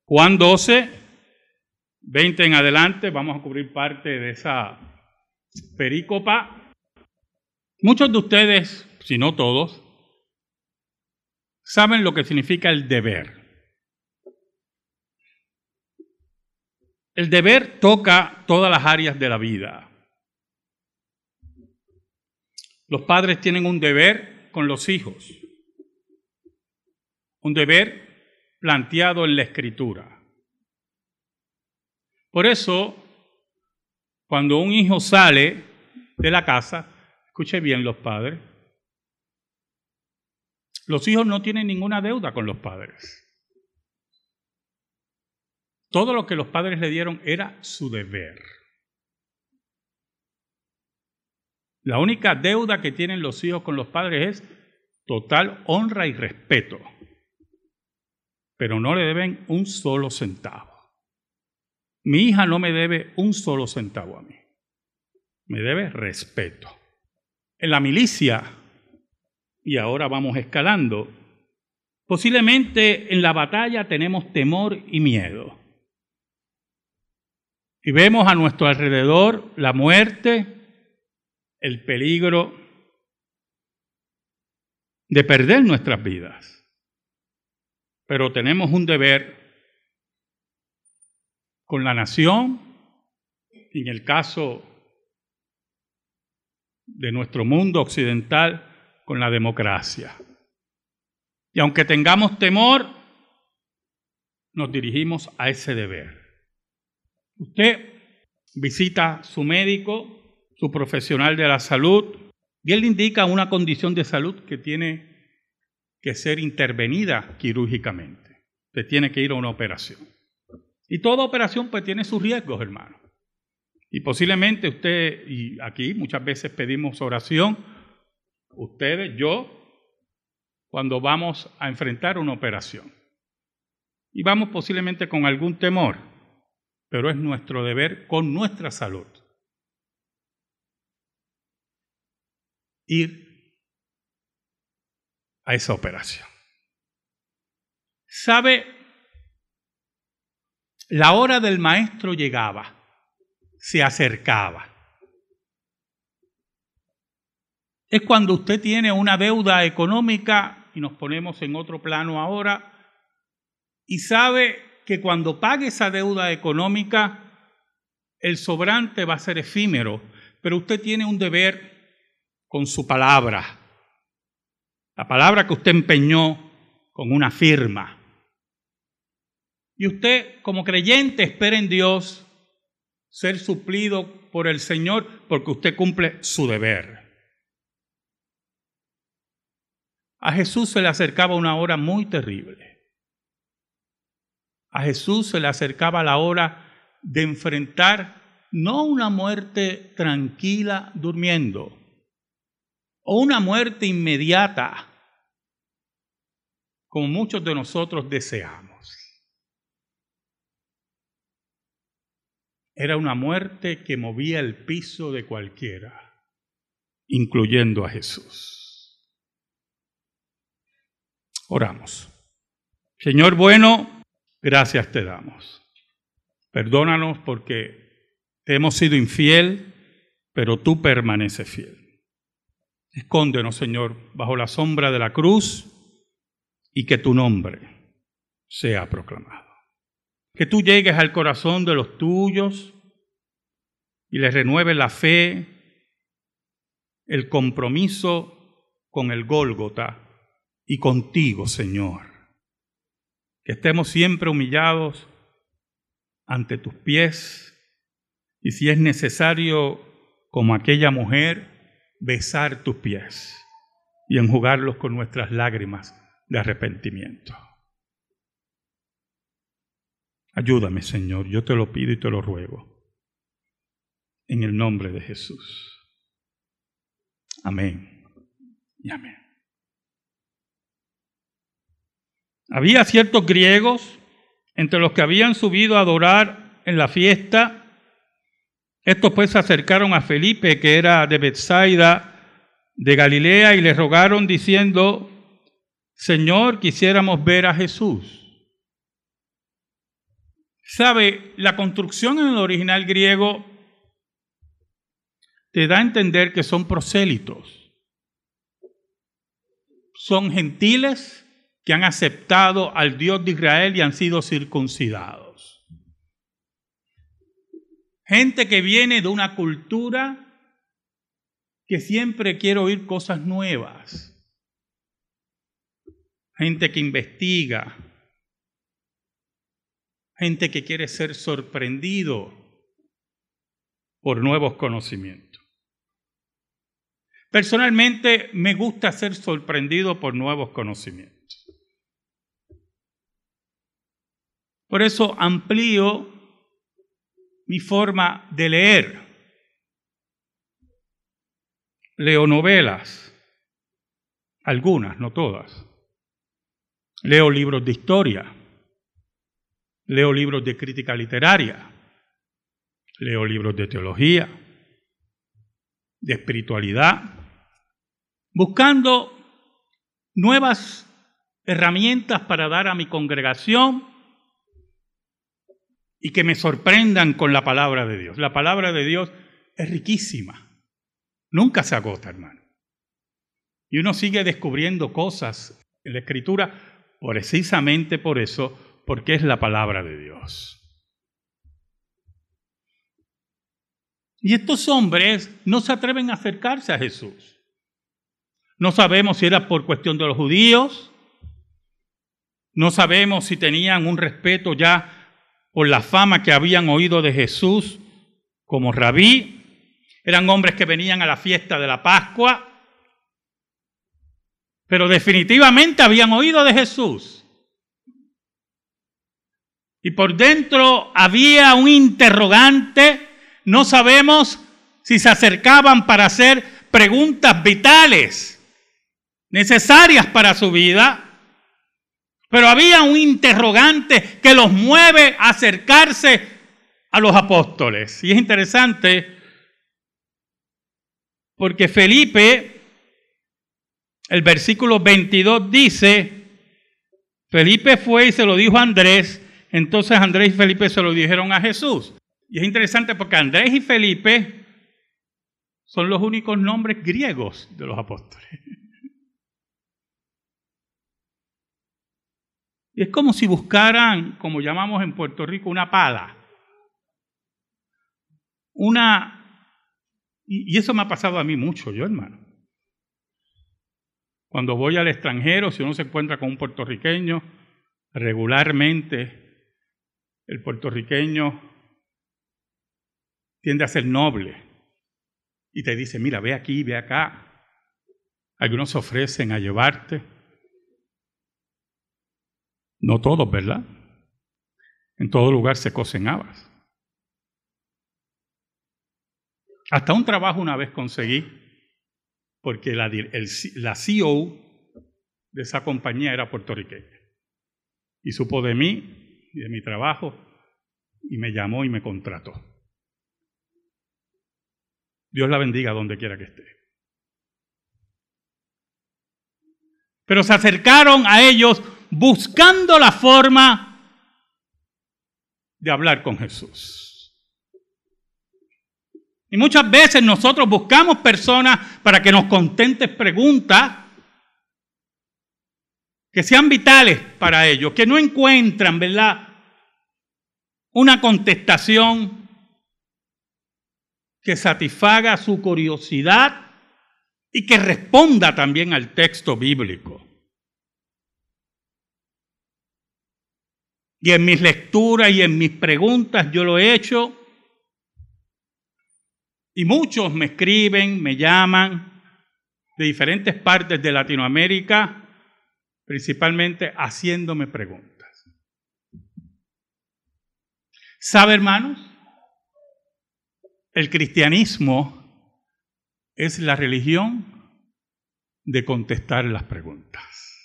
Juan 12, 20 en adelante, vamos a cubrir parte de esa perícopa. Muchos de ustedes, si no todos, saben lo que significa el deber. El deber toca todas las áreas de la vida. Los padres tienen un deber con los hijos, un deber planteado en la Escritura. Por eso, cuando un hijo sale de la casa, escuche bien los padres, los hijos no tienen ninguna deuda con los padres. Todo lo que los padres le dieron era su deber. La única deuda que tienen los hijos con los padres es total honra y respeto, pero no le deben un solo centavo. Mi hija no me debe un solo centavo a mí, me debe respeto. En la milicia, y ahora vamos escalando, posiblemente en la batalla tenemos temor y miedo. Y vemos a nuestro alrededor la muerte, el peligro de perder nuestras vidas. Pero tenemos un deber con la nación, en el caso de nuestro mundo occidental, con la democracia. Y aunque tengamos temor, nos dirigimos a ese deber. Usted visita a su médico, su profesional de la salud, y él le indica una condición de salud que tiene que ser intervenida quirúrgicamente. Usted tiene que ir a una operación. Y toda operación pues tiene sus riesgos, hermano. Y posiblemente usted, y aquí muchas veces pedimos oración, ustedes, yo, cuando vamos a enfrentar una operación. Y vamos posiblemente con algún temor, pero es nuestro deber con nuestra salud ir a esa operación. ¿Sabe? La hora del maestro llegaba, se acercaba. Es cuando usted tiene una deuda económica, y nos ponemos en otro plano ahora, y sabe que cuando pague esa deuda económica, el sobrante va a ser efímero, pero usted tiene un deber con su palabra, la palabra que usted empeñó con una firma. Y usted, como creyente, espera en Dios ser suplido por el Señor porque usted cumple su deber. A Jesús se le acercaba una hora muy terrible. A Jesús se le acercaba la hora de enfrentar no una muerte tranquila durmiendo o una muerte inmediata como muchos de nosotros deseamos. Era una muerte que movía el piso de cualquiera, incluyendo a Jesús. Oramos. Señor bueno, gracias te damos. Perdónanos porque te hemos sido infiel, pero tú permaneces fiel. Escóndenos, Señor, bajo la sombra de la cruz y que tu nombre sea proclamado. Que tú llegues al corazón de los tuyos y les renueves la fe, el compromiso con el Gólgota y contigo, Señor. Que estemos siempre humillados ante tus pies y si es necesario, como aquella mujer, besar tus pies y enjugarlos con nuestras lágrimas de arrepentimiento. Ayúdame, Señor, yo te lo pido y te lo ruego. En el nombre de Jesús. Amén y amén. Había ciertos griegos entre los que habían subido a adorar en la fiesta. Estos pues se acercaron a Felipe, que era de Betsaida, de Galilea, y le rogaron diciendo: Señor, quisiéramos ver a Jesús. ¿Sabe? La construcción en el original griego te da a entender que son prosélitos. Son gentiles que han aceptado al Dios de Israel y han sido circuncidados. Gente que viene de una cultura que siempre quiere oír cosas nuevas. Gente que investiga. Gente que quiere ser sorprendido por nuevos conocimientos. Personalmente me gusta ser sorprendido por nuevos conocimientos. Por eso amplío mi forma de leer. Leo novelas, algunas, no todas. Leo libros de historia. Leo libros de crítica literaria. Leo libros de teología, de espiritualidad, buscando nuevas herramientas para dar a mi congregación y que me sorprendan con la palabra de Dios. La palabra de Dios es riquísima. Nunca se agota, hermano. Y uno sigue descubriendo cosas en la Escritura precisamente por eso, porque es la palabra de Dios. Y estos hombres no se atreven a acercarse a Jesús. No sabemos si era por cuestión de los judíos. No sabemos si tenían un respeto ya por la fama que habían oído de Jesús como rabí. Eran hombres que venían a la fiesta de la Pascua. Pero definitivamente habían oído de Jesús. Y por dentro había un interrogante. No sabemos si se acercaban para hacer preguntas vitales, necesarias para su vida, pero había un interrogante que los mueve a acercarse a los apóstoles. Y es interesante porque Felipe, el versículo 22 dice, Felipe fue y se lo dijo a Andrés, entonces Andrés y Felipe se lo dijeron a Jesús. Y es interesante porque Andrés y Felipe son los únicos nombres griegos de los apóstoles. Y es como si buscaran, como llamamos en Puerto Rico, una pala. Y eso me ha pasado a mí mucho, yo hermano. Cuando voy al extranjero, si uno se encuentra con un puertorriqueño, regularmente el puertorriqueño tiende a ser noble y te dice, mira, ve aquí, ve acá. Algunos se ofrecen a llevarte. No todos, ¿verdad? En todo lugar se cocen habas. Hasta un trabajo una vez conseguí, porque la CEO de esa compañía era puertorriqueña. Y supo de mí y de mi trabajo y me llamó y me contrató. Dios la bendiga donde quiera que esté. Pero se acercaron a ellos buscando la forma de hablar con Jesús. Y muchas veces nosotros buscamos personas para que nos contenten preguntas que sean vitales para ellos, que no encuentran, ¿verdad?, una contestación que satisfaga su curiosidad y que responda también al texto bíblico. Y en mis lecturas y en mis preguntas yo lo he hecho. Y muchos me escriben, me llaman de diferentes partes de Latinoamérica, principalmente haciéndome preguntas. ¿Sabe, hermanos? El cristianismo es la religión de contestar las preguntas.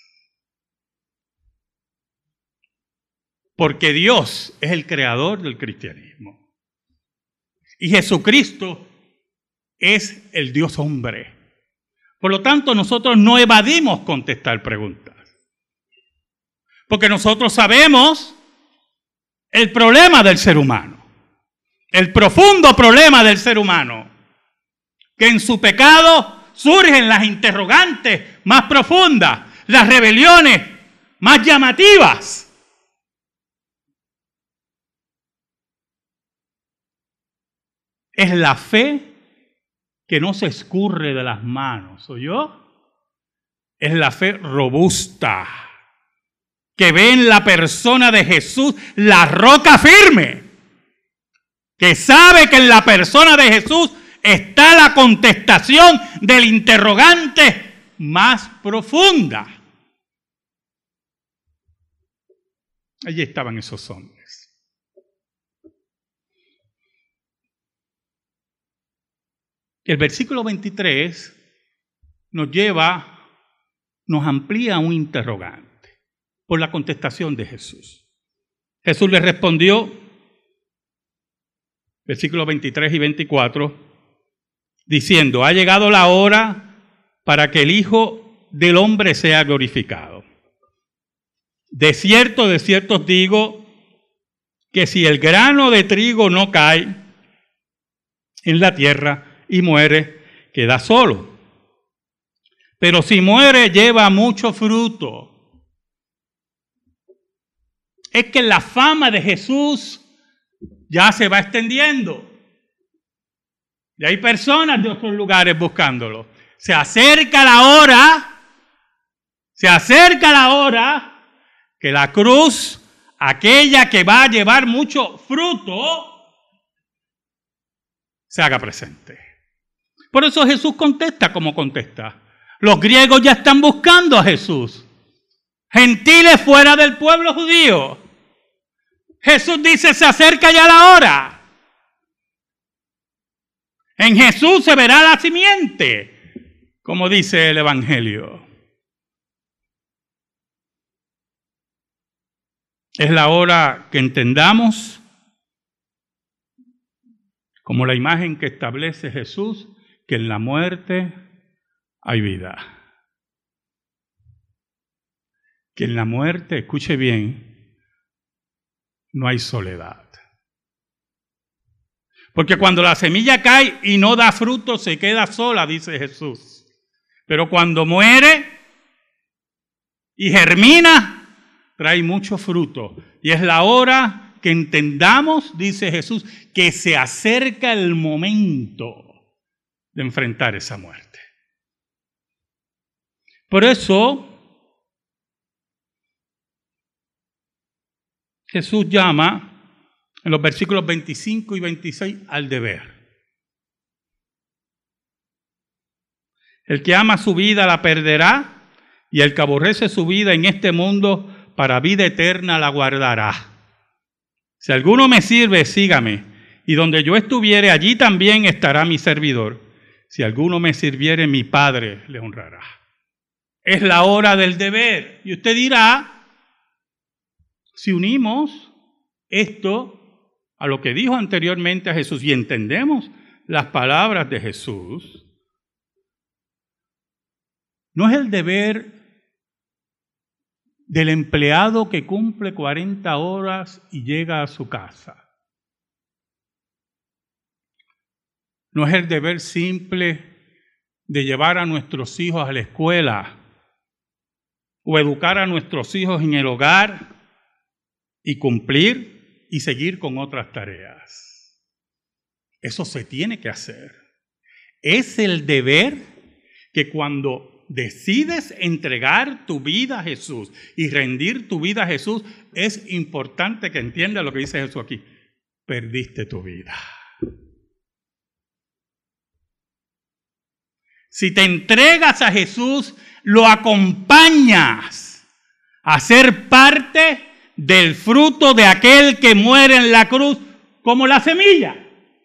Porque Dios es el creador del cristianismo. Y Jesucristo es el Dios hombre. Por lo tanto, nosotros no evadimos contestar preguntas. Porque nosotros sabemos el problema del ser humano, el profundo problema del ser humano, que en su pecado surgen las interrogantes más profundas, las rebeliones más llamativas. Es la fe que no se escurre de las manos, ¿oyó? Es la fe robusta, que ve en la persona de Jesús la roca firme, que sabe que en la persona de Jesús está la contestación del interrogante más profunda. Allí estaban esos hombres. El versículo 23 nos amplía un interrogante por la contestación de Jesús. Jesús le respondió, versículos 23 y 24, diciendo: ha llegado la hora para que el Hijo del Hombre sea glorificado. De cierto os digo, que si el grano de trigo no cae en la tierra y muere, queda solo. Pero si muere, lleva mucho fruto. Es que la fama de Jesús ya se va extendiendo. Y hay personas de otros lugares buscándolo. Se acerca la hora que la cruz, aquella que va a llevar mucho fruto, se haga presente. Por eso Jesús contesta como contesta. Los griegos ya están buscando a Jesús. Gentiles fuera del pueblo judío. Jesús dice: se acerca ya la hora. En Jesús se verá la simiente, como dice el Evangelio. Es la hora que entendamos, como la imagen que establece Jesús, que en la muerte hay vida. Que en la muerte, escuche bien, no hay soledad. Porque cuando la semilla cae y no da fruto, se queda sola, dice Jesús. Pero cuando muere y germina, trae mucho fruto. Y es la hora que entendamos, dice Jesús, que se acerca el momento de enfrentar esa muerte. Por eso, Jesús llama en los versículos 25 y 26 al deber. El que ama su vida la perderá, y el que aborrece su vida en este mundo para vida eterna la guardará. Si alguno me sirve, sígame, y donde yo estuviere, allí también estará mi servidor. Si alguno me sirviere, mi Padre le honrará. Es la hora del deber. Y usted dirá, si unimos esto a lo que dijo anteriormente a Jesús y entendemos las palabras de Jesús, no es el deber del empleado que cumple 40 horas y llega a su casa. No es el deber simple de llevar a nuestros hijos a la escuela o educar a nuestros hijos en el hogar y cumplir y seguir con otras tareas. Eso se tiene que hacer. Es el deber que cuando decides entregar tu vida a Jesús y rendir tu vida a Jesús, es importante que entiendas lo que dice Jesús aquí. Perdiste tu vida. Si te entregas a Jesús, lo acompañas a ser parte del fruto de aquel que muere en la cruz como la semilla.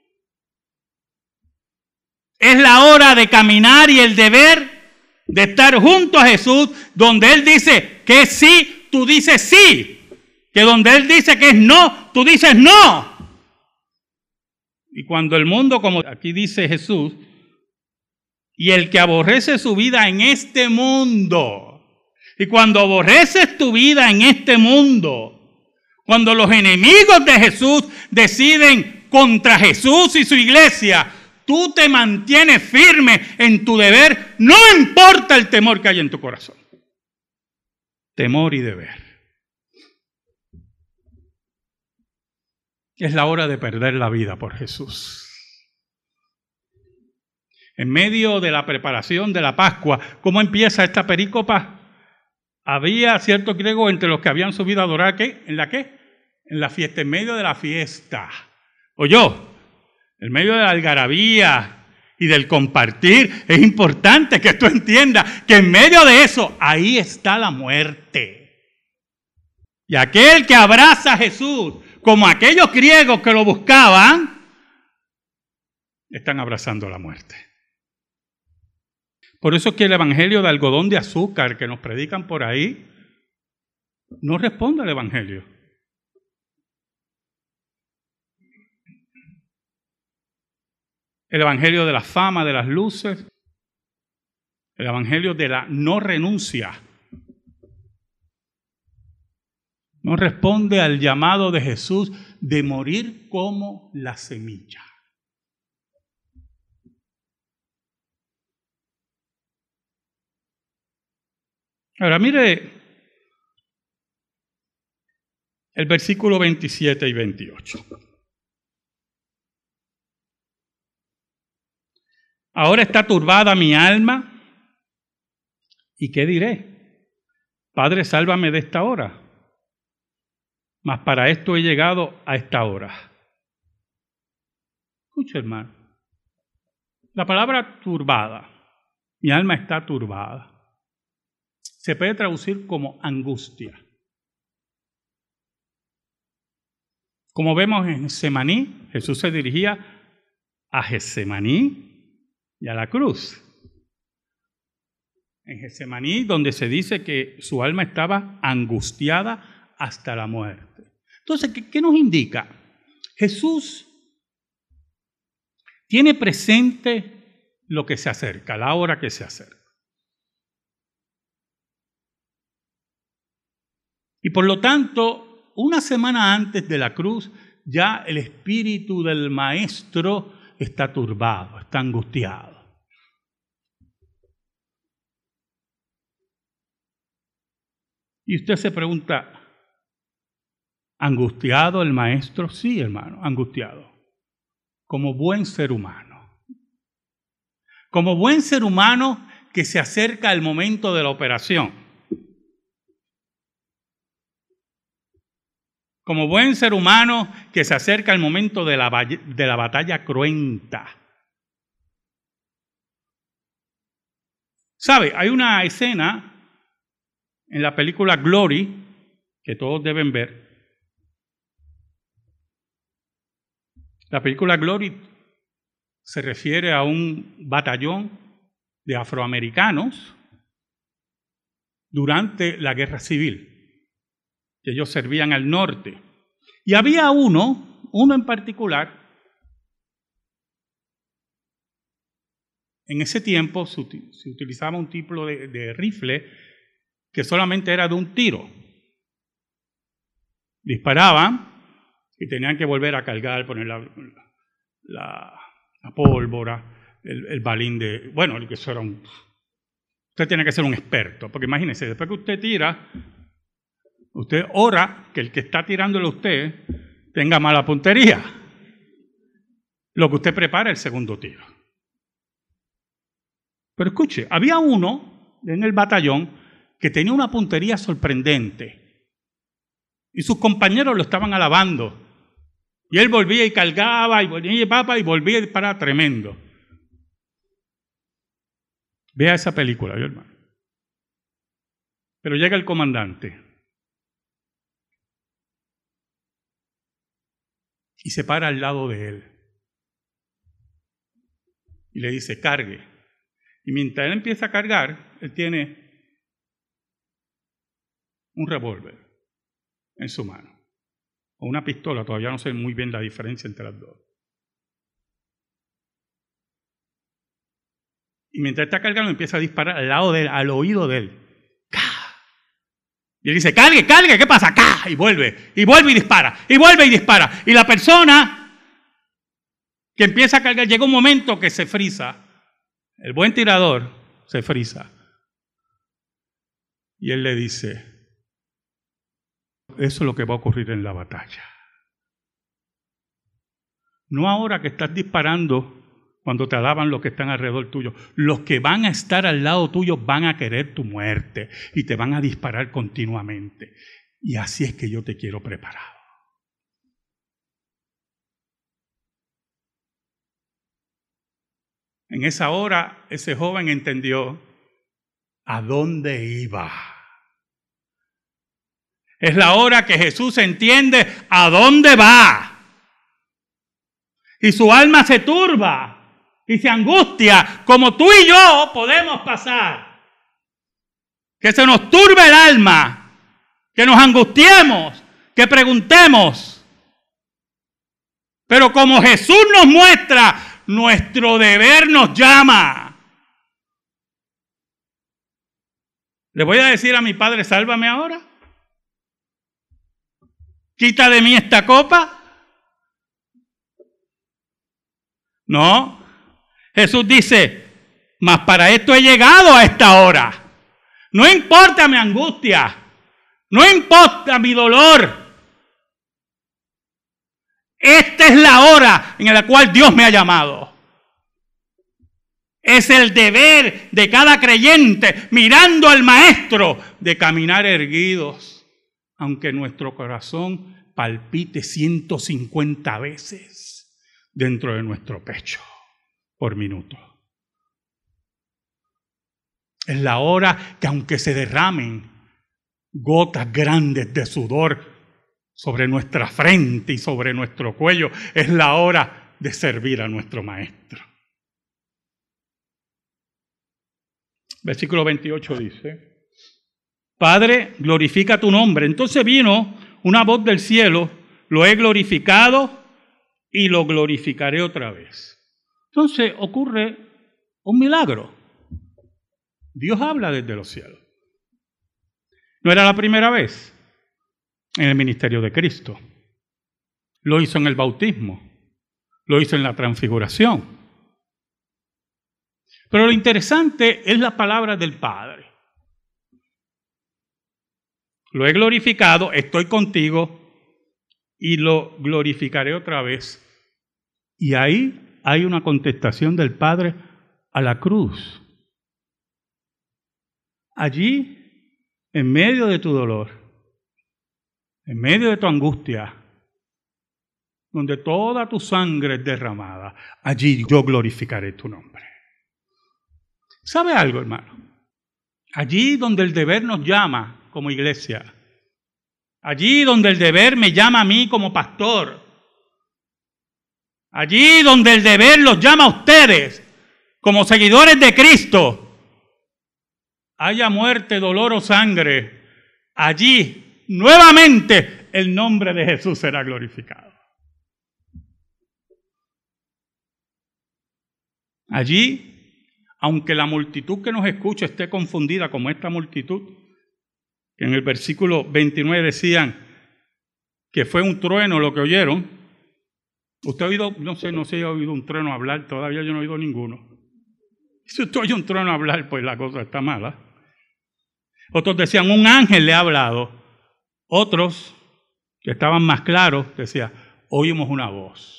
Es la hora de caminar y el deber de estar junto a Jesús, donde Él dice que es sí, tú dices sí. Que donde Él dice que es no, tú dices no. Y cuando el mundo, como aquí dice Jesús, y el que aborrece su vida en este mundo, y cuando aborreces tu vida en este mundo, Cuando los enemigos de Jesús deciden contra Jesús y su iglesia, tú te mantienes firme en tu deber, no importa el temor que hay en tu corazón. Temor y deber. Es la hora de perder la vida por Jesús. En medio de la preparación de la Pascua, ¿cómo empieza esta perícopa? Había ciertos griegos entre los que habían subido a adorar, ¿qué? ¿En la qué? En la fiesta, en medio de la fiesta. Oyó, en medio de la algarabía y del compartir, es importante que tú entiendas que en medio de eso, ahí está la muerte. Y aquel que abraza a Jesús, como aquellos griegos que lo buscaban, están abrazando la muerte. Por eso es que el evangelio de algodón de azúcar que nos predican por ahí, no responde al evangelio. El evangelio de la fama, de las luces, el evangelio de la no renuncia, no responde al llamado de Jesús de morir como la semilla. Ahora mire el versículo 27 y 28. Ahora está turbada mi alma, ¿y qué diré? Padre, sálvame de esta hora. Mas para esto he llegado a esta hora. Escucha, hermano. La palabra turbada, mi alma está turbada, se puede traducir como angustia. Como vemos en Getsemaní, Jesús se dirigía a Getsemaní y a la cruz. En Getsemaní, donde se dice que su alma estaba angustiada hasta la muerte. Entonces, ¿qué nos indica? Jesús tiene presente lo que se acerca, la hora que se acerca. Y por lo tanto, una semana antes de la cruz, ya el espíritu del maestro está turbado, está angustiado. Y usted se pregunta, ¿angustiado el maestro? Sí, hermano, angustiado. Como buen ser humano. Como buen ser humano que se acerca al momento de la operación. Como buen ser humano que se acerca al momento de la batalla cruenta. ¿Sabe? Hay una escena en la película Glory que todos deben ver. La película Glory se refiere a un batallón de afroamericanos durante la Guerra Civil. Ellos servían al norte. Y había uno en particular, en ese tiempo se utilizaba un tipo de rifle que solamente era de un tiro. Disparaban y tenían que volver a cargar, poner la pólvora, el balín de... Bueno, eso era un... Usted tiene que ser un experto, porque imagínese, después que usted tira... Usted ora que el que está tirándole a usted tenga mala puntería. Lo que usted prepara es el segundo tiro. Pero escuche, había uno en el batallón que tenía una puntería sorprendente. Y sus compañeros lo estaban alabando. Y él volvía y cargaba, y volvía a disparar tremendo. Vea esa película, ¿yo, hermano? Pero llega el comandante. Y se para al lado de él. Y le dice, cargue. Y mientras él empieza a cargar, él tiene un revólver en su mano. O una pistola, todavía no sé muy bien la diferencia entre las dos. Y mientras está cargando, empieza a disparar al lado de él, al oído de él. ¡Ca! Y él dice, cargue, ¿qué pasa? ¡Cá! Y vuelve y dispara, y vuelve y dispara. Y la persona que empieza a cargar, llega un momento que se frisa. El buen tirador se frisa. Y él le dice, eso es lo que va a ocurrir en la batalla. No ahora que estás disparando cuando te alaban los que están alrededor tuyo. Los que van a estar al lado tuyo van a querer tu muerte y te van a disparar continuamente. Y así es que yo te quiero preparado. En esa hora, ese joven entendió a dónde iba. Es la hora que Jesús entiende a dónde va. Y su alma se turba y se angustia, como tú y yo podemos pasar. Que se nos turbe el alma, que nos angustiemos, que preguntemos. Pero como Jesús nos muestra, nuestro deber nos llama. ¿Le voy a decir a mi Padre, sálvame ahora? ¿Quita de mí esta copa? No. Jesús dice, mas para esto he llegado a esta hora. No importa mi angustia, no importa mi dolor. Esta es la hora en la cual Dios me ha llamado. Es el deber de cada creyente, mirando al Maestro, de caminar erguidos, aunque nuestro corazón palpite 150 veces dentro de nuestro pecho por minuto. Es la hora que aunque se derramen gotas grandes de sudor sobre nuestra frente y sobre nuestro cuello, es la hora de servir a nuestro Maestro. Versículo 28 dice, Padre, glorifica tu nombre. Entonces vino una voz del cielo, lo he glorificado y lo glorificaré otra vez. Entonces ocurre un milagro. Dios habla desde los cielos. No era la primera vez en el ministerio de Cristo. Lo hizo en el bautismo. Lo hizo en la transfiguración. Pero lo interesante es la palabra del Padre. Lo he glorificado, estoy contigo y lo glorificaré otra vez. Y ahí hay una contestación del Padre a la cruz. Allí, en medio de tu dolor, en medio de tu angustia, donde toda tu sangre es derramada, allí yo glorificaré tu nombre. ¿Sabe algo, hermano? Allí donde el deber nos llama como iglesia, allí donde el deber me llama a mí como pastor, allí donde el deber los llama a ustedes como seguidores de Cristo, haya muerte, dolor o sangre, allí nuevamente el nombre de Jesús será glorificado. Allí, aunque la multitud que nos escucha esté confundida como esta multitud, que en el versículo 29 decían que fue un trueno lo que oyeron. ¿Usted ha oído? No sé si ha oído un trueno hablar, todavía yo no he oído ninguno. Si usted oye un trueno hablar, pues la cosa está mala. Otros decían, un ángel le ha hablado. Otros, que estaban más claros, decían, oímos una voz.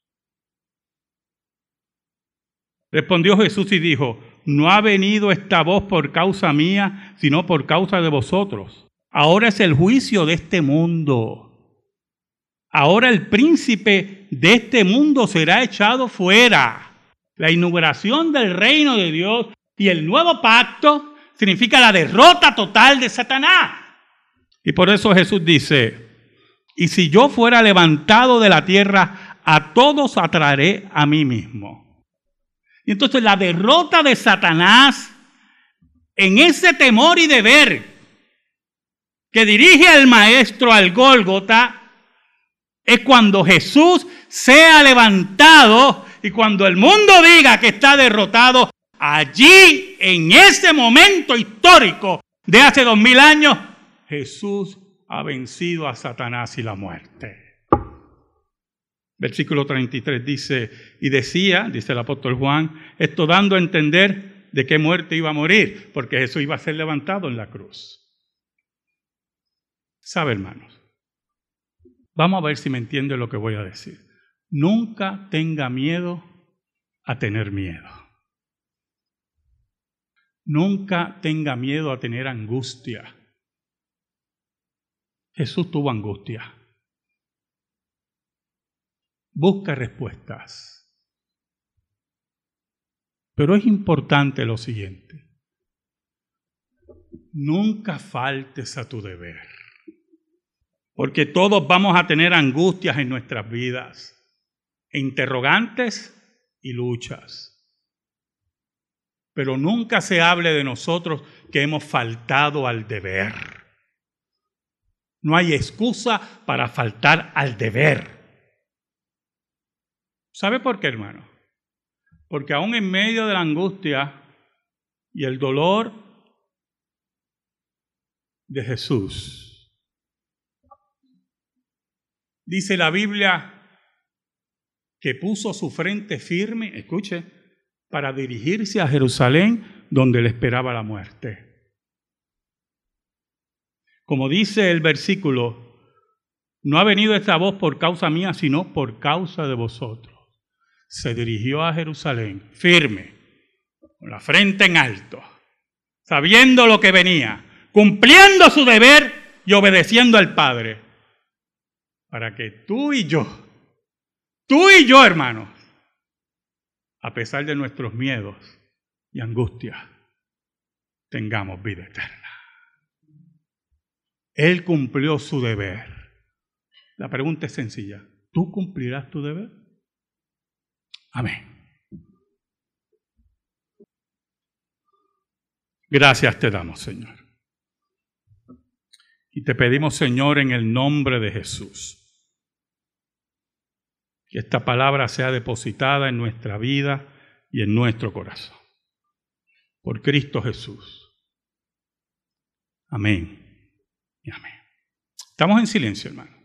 Respondió Jesús y dijo, no ha venido esta voz por causa mía, sino por causa de vosotros. Ahora es el juicio de este mundo. Ahora el príncipe de este mundo será echado fuera. La inauguración del reino de Dios y el nuevo pacto significa la derrota total de Satanás. Y por eso Jesús dice, y si yo fuera levantado de la tierra, a todos atraeré a mí mismo. Y entonces la derrota de Satanás en ese temor y deber que dirige al Maestro al Gólgota es cuando Jesús sea levantado y cuando el mundo diga que está derrotado, allí en ese momento histórico de hace 2000 años, Jesús ha vencido a Satanás y la muerte. Versículo 33 dice, y decía, dice el apóstol Juan, esto dando a entender de qué muerte iba a morir, porque Jesús iba a ser levantado en la cruz. ¿Sabe, hermanos? Vamos a ver si me entiende lo que voy a decir. Nunca tenga miedo a tener miedo. Nunca tenga miedo a tener angustia. Jesús tuvo angustia. Busca respuestas. Pero es importante lo siguiente. Nunca faltes a tu deber. Porque todos vamos a tener angustias en nuestras vidas, interrogantes y luchas. Pero nunca se hable de nosotros que hemos faltado al deber. No hay excusa para faltar al deber. ¿Sabe por qué, hermano? Porque aún en medio de la angustia y el dolor de Jesús, dice la Biblia que puso su frente firme, escuche, para dirigirse a Jerusalén, donde le esperaba la muerte. Como dice el versículo, no ha venido esta voz por causa mía, sino por causa de vosotros. Se dirigió a Jerusalén, firme, con la frente en alto, sabiendo lo que venía, cumpliendo su deber y obedeciendo al Padre, para que tú y yo, hermanos, a pesar de nuestros miedos y angustias, tengamos vida eterna. Él cumplió su deber. La pregunta es sencilla. ¿Tú cumplirás tu deber? Amén. Gracias te damos, Señor. Y te pedimos, Señor, en el nombre de Jesús, que esta palabra sea depositada en nuestra vida y en nuestro corazón. Por Cristo Jesús. Amén y amén. Estamos en silencio, hermano.